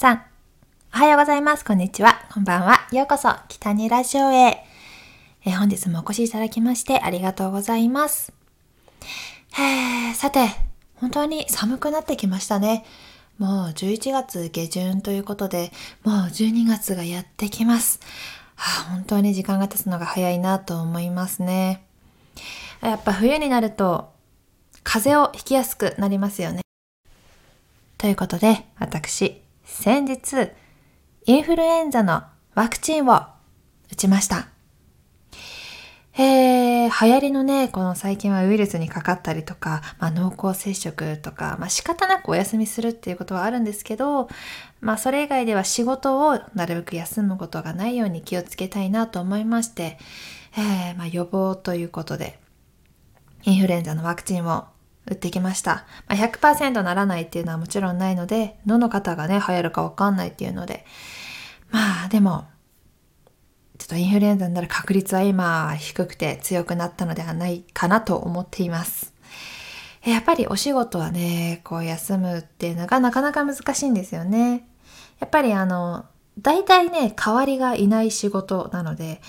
さん、おはようございます。こんにちは。こんばんは。ようこそ、北にラジオへ。本日もお越しいただきましてありがとうございます。さて、本当に寒くなってきましたね。もう11月下旬ということで、もう12月がやってきます。本当に時間が経つのが早いなと思いますね。やっぱ冬になると、風邪をひきやすくなりますよね。ということで、私、先日、インフルエンザのワクチンを打ちました。流行りのね、この最近はウイルスにかかったりとか、濃厚接触とか、仕方なくお休みするっていうことはあるんですけど、それ以外では仕事をなるべく休むことがないように気をつけたいなと思いまして、予防ということで、インフルエンザのワクチンを打ってきました。100% ならないっていうのはもちろんないので、どの方がね、流行るかわかんないっていうので、でも、ちょっとインフルエンザになる確率は今低くて強くなったのではないかなと思っています。やっぱりお仕事はね、休むっていうのがなかなか難しいんですよね。やっぱり大体ね、代わりがいない仕事なので、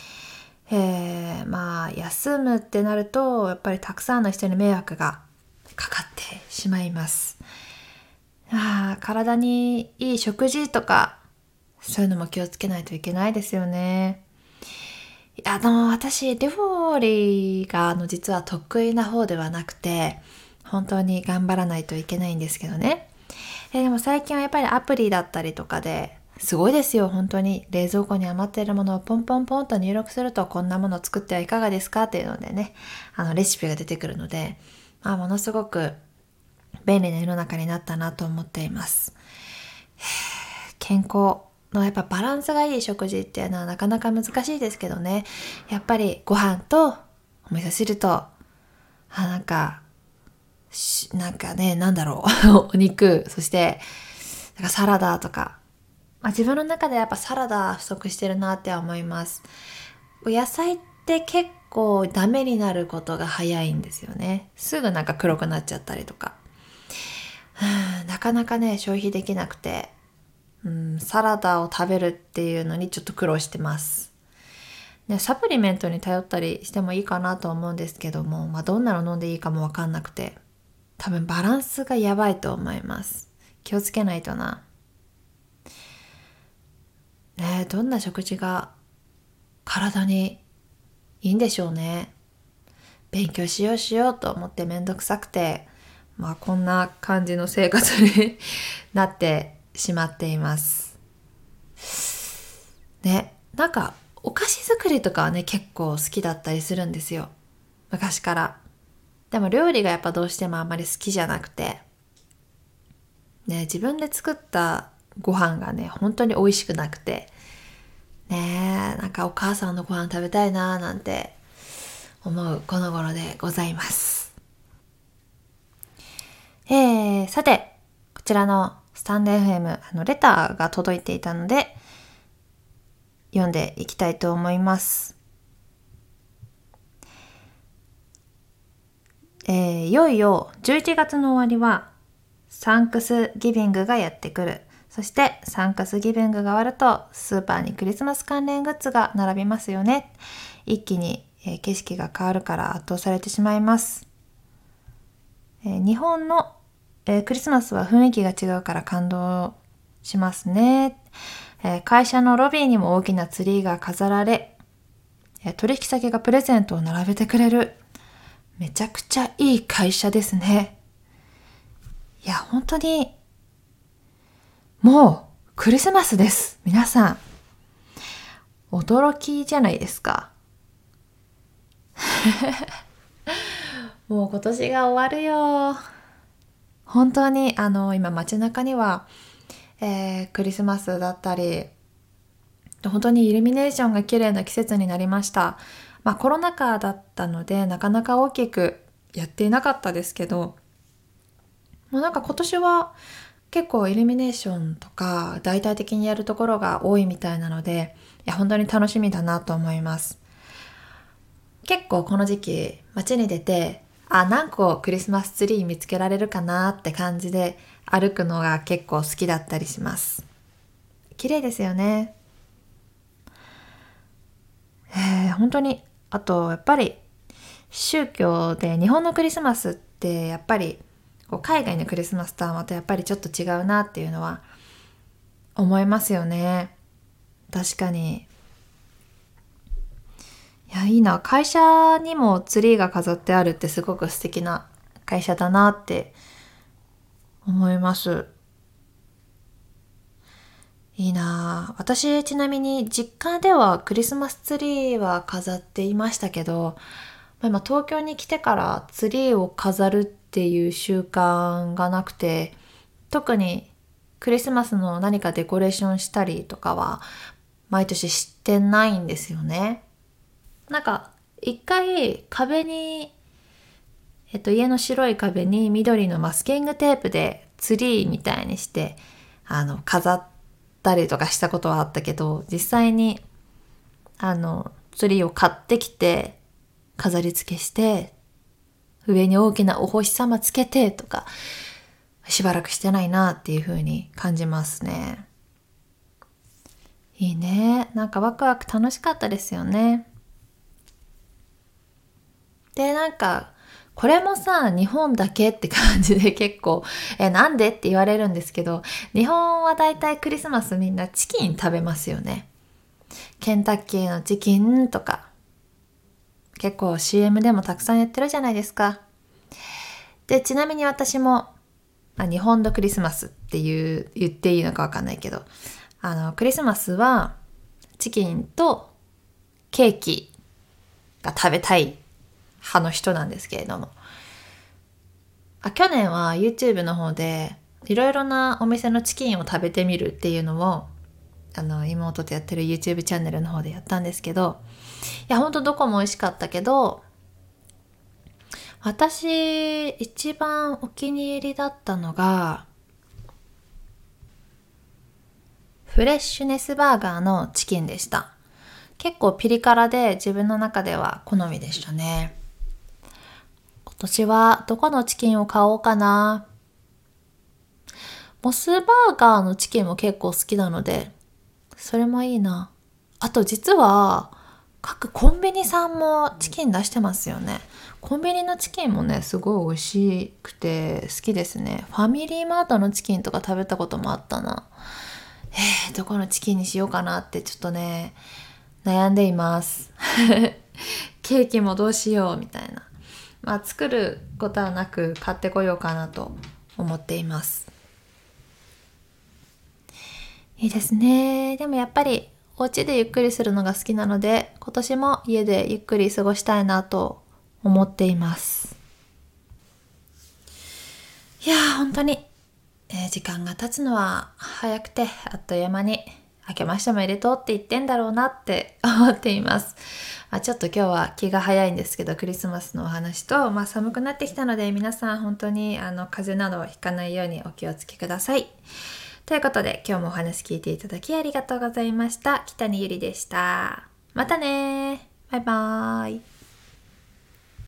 休むってなると、やっぱりたくさんの人に迷惑がかかってしまいます。体にいい食事とか、そういうのも気をつけないといけないですよね。私、料理が実は得意な方ではなくて、本当に頑張らないといけないんですけどね。でも最近はやっぱりアプリだったりとかで、すごいですよ、本当に。冷蔵庫に余っているものをポンポンポンと入力すると、こんなものを作ってはいかがですかっていうのでね、レシピが出てくるので、ものすごく便利な世の中になったなと思っています。健康のやっぱバランスがいい食事っていうのはなかなか難しいですけどね。やっぱりご飯とお味噌汁と、お肉、そしてサラダとか、自分の中でやっぱサラダ不足してるなって思います。野菜って結構ダメになることが早いんですよね。すぐ黒くなっちゃったりとか。なかなかね、消費できなくて、サラダを食べるっていうのにちょっと苦労してます。サプリメントに頼ったりしてもいいかなと思うんですけども、どんなの飲んでいいかもわかんなくて、多分バランスがやばいと思います。気をつけないとな。どんな食事が体にいいんでしょうね。勉強しようと思ってめんどくさくて、こんな感じの生活になってしまっています。ね、お菓子作りとかはね、結構好きだったりするんですよ。昔から。でも料理がやっぱどうしてもあんまり好きじゃなくて。自分で作ったご飯がね、本当に美味しくなくて。お母さんのご飯食べたいなーなんて思うこの頃でございます。さて、こちらのスタンド FM、レターが届いていたので、読んでいきたいと思います。いよいよ11月の終わりはサンクスギビングがやってくる。そしてサンクスギビングが終わるとスーパーにクリスマス関連グッズが並びますよね。一気に景色が変わるから圧倒されてしまいます。日本のクリスマスは雰囲気が違うから感動しますね。会社のロビーにも大きなツリーが飾られ、取引先がプレゼントを並べてくれる。めちゃくちゃいい会社ですね。いや、本当に、もうクリスマスです。皆さん。驚きじゃないですか。もう今年が終わるよ。本当に、今街中には、クリスマスだったり、本当にイルミネーションが綺麗な季節になりました。コロナ禍だったのでなかなか大きくやっていなかったですけど、今年は結構イルミネーションとか大々的にやるところが多いみたいなので、本当に楽しみだなと思います。結構この時期街に出て、何個クリスマスツリー見つけられるかなって感じで歩くのが結構好きだったりします。 綺麗ですよね。本当に。あとやっぱり宗教で日本のクリスマスってやっぱりこう海外のクリスマスとはまたやっぱりちょっと違うなっていうのは思いますよね。確かに。いや、いいな。会社にもツリーが飾ってあるってすごく素敵な会社だなって思います。いいな。私ちなみに実家ではクリスマスツリーは飾っていましたけど、今東京に来てからツリーを飾るっていう習慣がなくて、特にクリスマスの何かデコレーションしたりとかは毎年してないんですよね。なんか一回壁に、家の白い壁に緑のマスキングテープでツリーみたいにして飾ったりとかしたことはあったけど、実際にツリーを買ってきて飾り付けして上に大きなお星様つけてとかしばらくしてないなっていう風に感じますね。いいね。なんかワクワク楽しかったですよね。で、なんかこれもさ、日本だけって感じで結構なんでって言われるんですけど、日本はだいたいクリスマスみんなチキン食べますよね。ケンタッキーのチキンとか結構 CM でもたくさんやってるじゃないですか。で、ちなみに私も、日本のクリスマスって言っていいのかわかんないけど、クリスマスはチキンとケーキが食べたい派の人なんですけれども、去年は YouTube の方でいろいろなお店のチキンを食べてみるっていうのを妹とやってる YouTube チャンネルの方でやったんですけど、いやほんとどこも美味しかったけど、私一番お気に入りだったのがフレッシュネスバーガーのチキンでした。結構ピリ辛で自分の中では好みでしたね。今年はどこのチキンを買おうかな。モスバーガーのチキンも結構好きなので、それもいいな。あと実は各コンビニさんもチキン出してますよね。コンビニのチキンもね、すごい美味しくて好きですね。ファミリーマートのチキンとか食べたこともあったな。どこのチキンにしようかなってちょっとね、悩んでいます。ケーキもどうしようみたいな。作ることはなく買ってこようかなと思っています。いいですね。でもやっぱりお家でゆっくりするのが好きなので、今年も家でゆっくり過ごしたいなと思っています。いやー本当に、時間が経つのは早くてあっという間に明けましておめでとうって言ってんだろうなって思っています。ちょっと今日は気が早いんですけど、クリスマスのお話と、寒くなってきたので皆さん本当に風邪などひかないようにお気をつけください。ということで今日もお話聞いていただきありがとうございました。北にゆりでした。またね。バイバーイ。